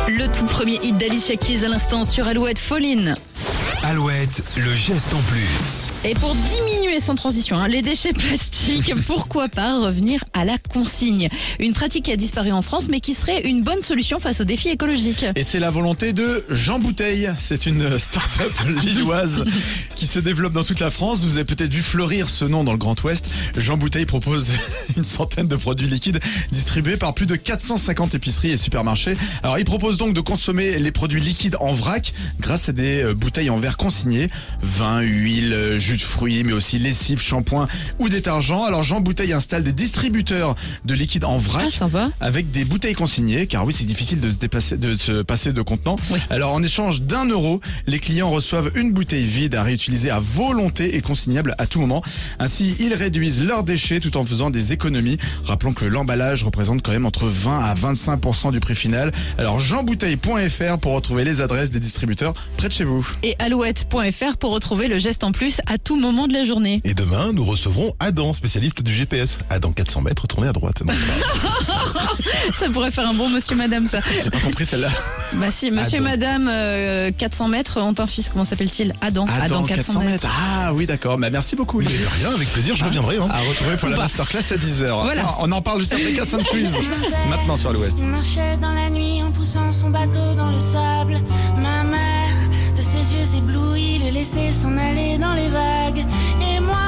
Le tout premier hit d'Alicia Keys à l'instant sur Alouette, Fall In. Alouette, le geste en plus. Et pour diminuer sans transition les déchets plastiques, pourquoi pas revenir à la consigne? Une pratique qui a disparu en France mais qui serait une bonne solution face aux défis écologiques. Et c'est la volonté de Jean Bouteille. C'est une start-up lilloise qui se développe dans toute la France. Vous avez peut-être vu fleurir ce nom dans le Grand Ouest. Jean Bouteille propose une centaine de produits liquides distribués par plus de 450 épiceries et supermarchés. Alors il propose donc de consommer les produits liquides en vrac grâce à des bouteilles en verre consignées. Vin, huile, jus de fruits, mais aussi lessive, shampoing ou détergent. Alors Jean Bouteille installe des distributeurs de liquide en vrac avec des bouteilles consignées, car oui, c'est difficile de se passer de contenant. Oui. Alors en échange d'€1, les clients reçoivent une bouteille vide à réutiliser à volonté et consignable à tout moment. Ainsi, ils réduisent leurs déchets tout en faisant des économies. Rappelons que l'emballage représente quand même entre 20 à 25% du prix final. Alors jeanbouteille.fr pour retrouver les adresses des distributeurs près de chez vous. Et alouette.fr pour retrouver le geste en plus à tout moment de la journée. Et demain, nous recevrons Adam, spécialiste du GPS. Adam, 400 mètres, tournez à droite. Non, ça pourrait faire un bon monsieur madame, ça. J'ai pas compris celle-là. Bah si, monsieur madame, 400 mètres ont un fils, comment s'appelle-t-il? Adam 400 mètres. Ah oui, d'accord. Bah, merci beaucoup. Mais rien, avec plaisir, je reviendrai. À retrouver pour la masterclass à 10h. Voilà. Tiens, on en parle juste après Cass Quiz. Maintenant sur Alouette. Il marchait dans la nuit en poussant son bateau dans le sable. Ma mère, de ses yeux éblouis, le laissait s'en aller dans les vagues. Et moi,